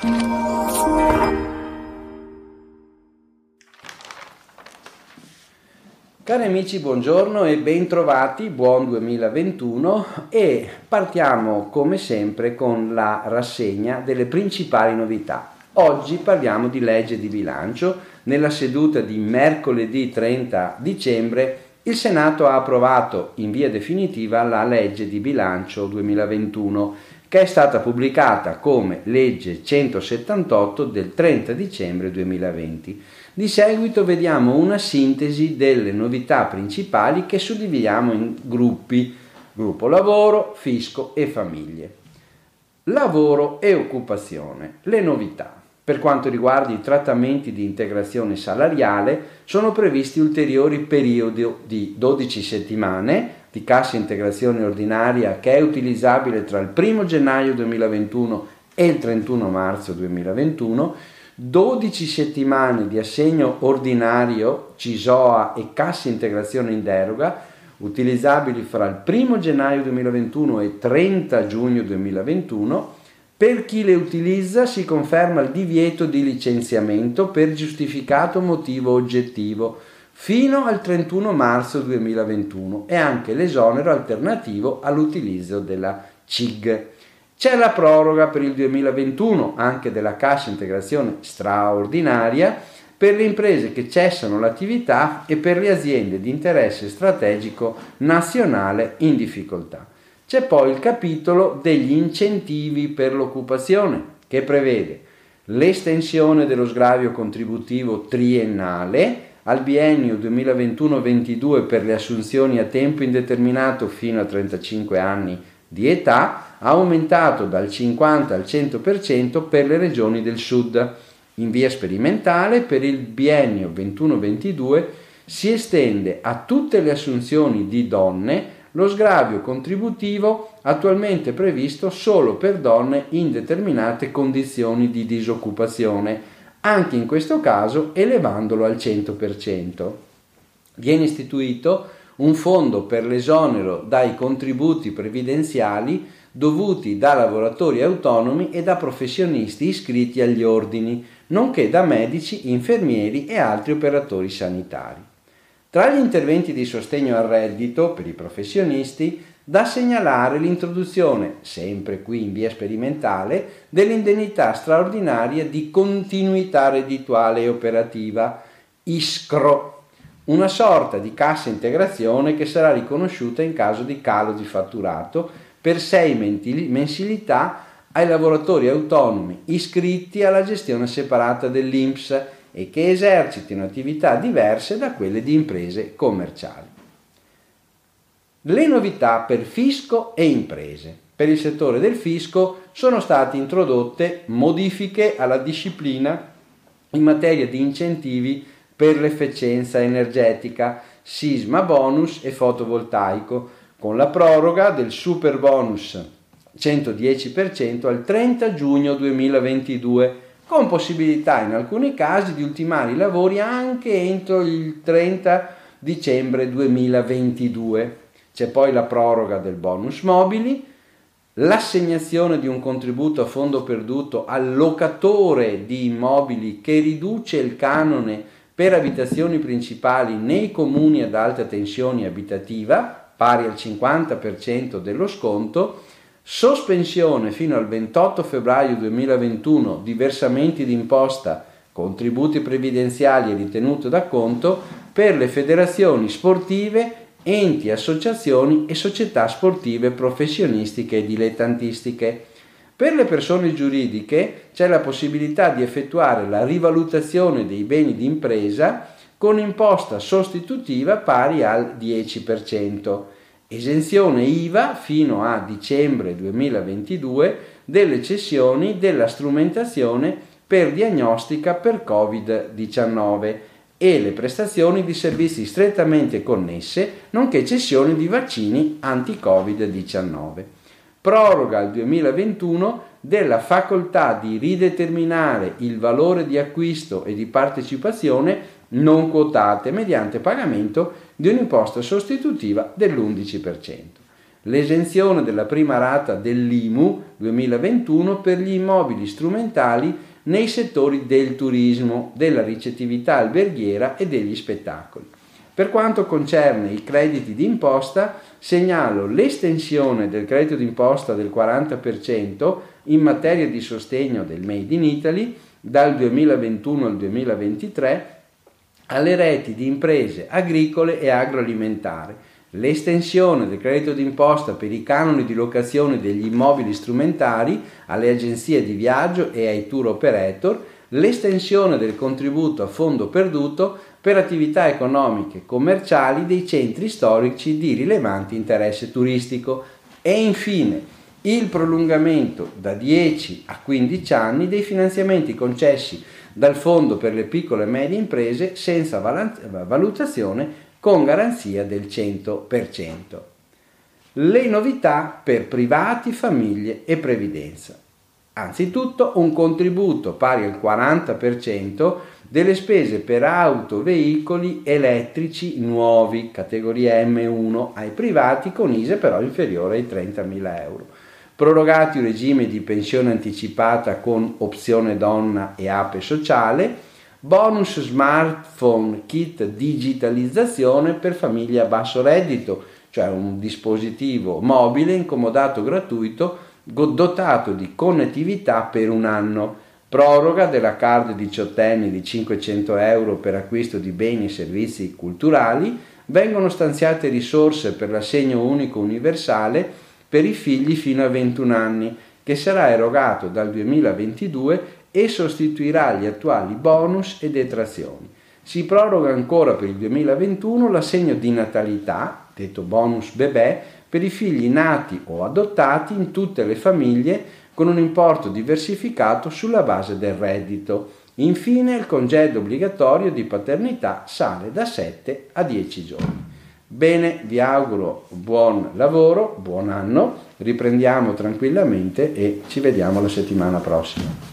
Cari amici, buongiorno e bentrovati, buon 2021, e partiamo come sempre con la rassegna delle principali novità. Oggi parliamo di legge di bilancio. Nella seduta di mercoledì 30 dicembre il Senato ha approvato in via definitiva la legge di bilancio 2021, che è stata pubblicata come legge 178 del 30 dicembre 2020. Di seguito vediamo una sintesi delle novità principali che suddividiamo in gruppi: gruppo lavoro, fisco e famiglie. Lavoro e occupazione. Le novità. Per quanto riguarda i trattamenti di integrazione salariale, sono previsti ulteriori periodi di 12 settimane di cassa integrazione ordinaria che è utilizzabile tra il 1 gennaio 2021 e il 31 marzo 2021, 12 settimane di assegno ordinario, CISOA e cassa integrazione in deroga, utilizzabili fra il 1 gennaio 2021 e 30 giugno 2021. Per chi le utilizza si conferma il divieto di licenziamento per giustificato motivo oggettivo fino al 31 marzo 2021 e anche l'esonero alternativo all'utilizzo della CIG. C'è la proroga per il 2021 anche della cassa integrazione straordinaria per le imprese che cessano l'attività e per le aziende di interesse strategico nazionale in difficoltà. C'è poi il capitolo degli incentivi per l'occupazione, che prevede l'estensione dello sgravio contributivo triennale al biennio 2021-22 per le assunzioni a tempo indeterminato fino a 35 anni di età, aumentato dal 50 al 100% per le regioni del sud. In via sperimentale, per il biennio 21-22 si estende a tutte le assunzioni di donne lo sgravio contributivo attualmente previsto solo per donne in determinate condizioni di disoccupazione, anche in questo caso elevandolo al 100%. Viene istituito un fondo per l'esonero dai contributi previdenziali dovuti da lavoratori autonomi e da professionisti iscritti agli ordini, nonché da medici, infermieri e altri operatori sanitari. Tra gli interventi di sostegno al reddito per i professionisti, da segnalare l'introduzione, sempre qui in via sperimentale, dell'indennità straordinaria di continuità reddituale e operativa, ISCRO, una sorta di cassa integrazione che sarà riconosciuta in caso di calo di fatturato per 6 mensilità ai lavoratori autonomi iscritti alla gestione separata dell'INPS e che esercitino attività diverse da quelle di imprese commerciali. Le novità per fisco e imprese. Per il settore del fisco sono state introdotte modifiche alla disciplina in materia di incentivi per l'efficienza energetica, sisma bonus e fotovoltaico, con la proroga del super bonus 110% al 30 giugno 2022, con possibilità in alcuni casi di ultimare i lavori anche entro il 30 dicembre 2022. C'è poi la proroga del bonus mobili, l'assegnazione di un contributo a fondo perduto al locatore di immobili che riduce il canone per abitazioni principali nei comuni ad alta tensione abitativa, pari al 50% dello sconto, sospensione fino al 28 febbraio 2021 di versamenti d'imposta, contributi previdenziali e ritenuto d'acconto per le federazioni sportive, enti, associazioni e società sportive professionistiche e dilettantistiche. Per le persone giuridiche c'è la possibilità di effettuare la rivalutazione dei beni d'impresa con imposta sostitutiva pari al 10%. Esenzione IVA fino a dicembre 2022 delle cessioni della strumentazione per diagnostica per Covid-19 e le prestazioni di servizi strettamente connesse, nonché cessioni di vaccini anti-Covid-19. Proroga al 2021 della facoltà di rideterminare il valore di acquisto e di partecipazione non quotate mediante pagamento di un'imposta sostitutiva dell'11%. l'esenzione della prima rata dell'IMU 2021 per gli immobili strumentali nei settori del turismo, della ricettività alberghiera e degli spettacoli. Per quanto concerne i crediti d'imposta, segnalo l'estensione del credito d'imposta del 40% in materia di sostegno del Made in Italy dal 2021 al 2023 alle reti di imprese agricole e agroalimentari, l'estensione del credito d'imposta per i canoni di locazione degli immobili strumentali alle agenzie di viaggio e ai tour operator, l'estensione del contributo a fondo perduto per attività economiche commerciali dei centri storici di rilevante interesse turistico e infine il prolungamento da 10 a 15 anni dei finanziamenti concessi dal Fondo per le piccole e medie imprese senza valutazione con garanzia del 100%. Le novità per privati, famiglie e previdenza. Anzitutto un contributo pari al 40% delle spese per auto, veicoli elettrici nuovi, categoria M1, ai privati con ISEE però inferiore ai 30.000 euro. Prorogati un regime di pensione anticipata con opzione donna e APE sociale, bonus smartphone kit digitalizzazione per famiglie a basso reddito, cioè un dispositivo mobile incomodato gratuito dotato di connettività per un anno, proroga della card diciottenni di 500 euro per acquisto di beni e servizi culturali, vengono stanziate risorse per l'assegno unico universale per i figli fino a 21 anni, che sarà erogato dal 2022 e sostituirà gli attuali bonus e detrazioni. Si proroga ancora per il 2021 l'assegno di natalità, detto bonus bebè, per i figli nati o adottati in tutte le famiglie con un importo diversificato sulla base del reddito. Infine il congedo obbligatorio di paternità sale da 7 a 10 giorni. Bene, vi auguro buon lavoro, buon anno, riprendiamo tranquillamente e ci vediamo la settimana prossima.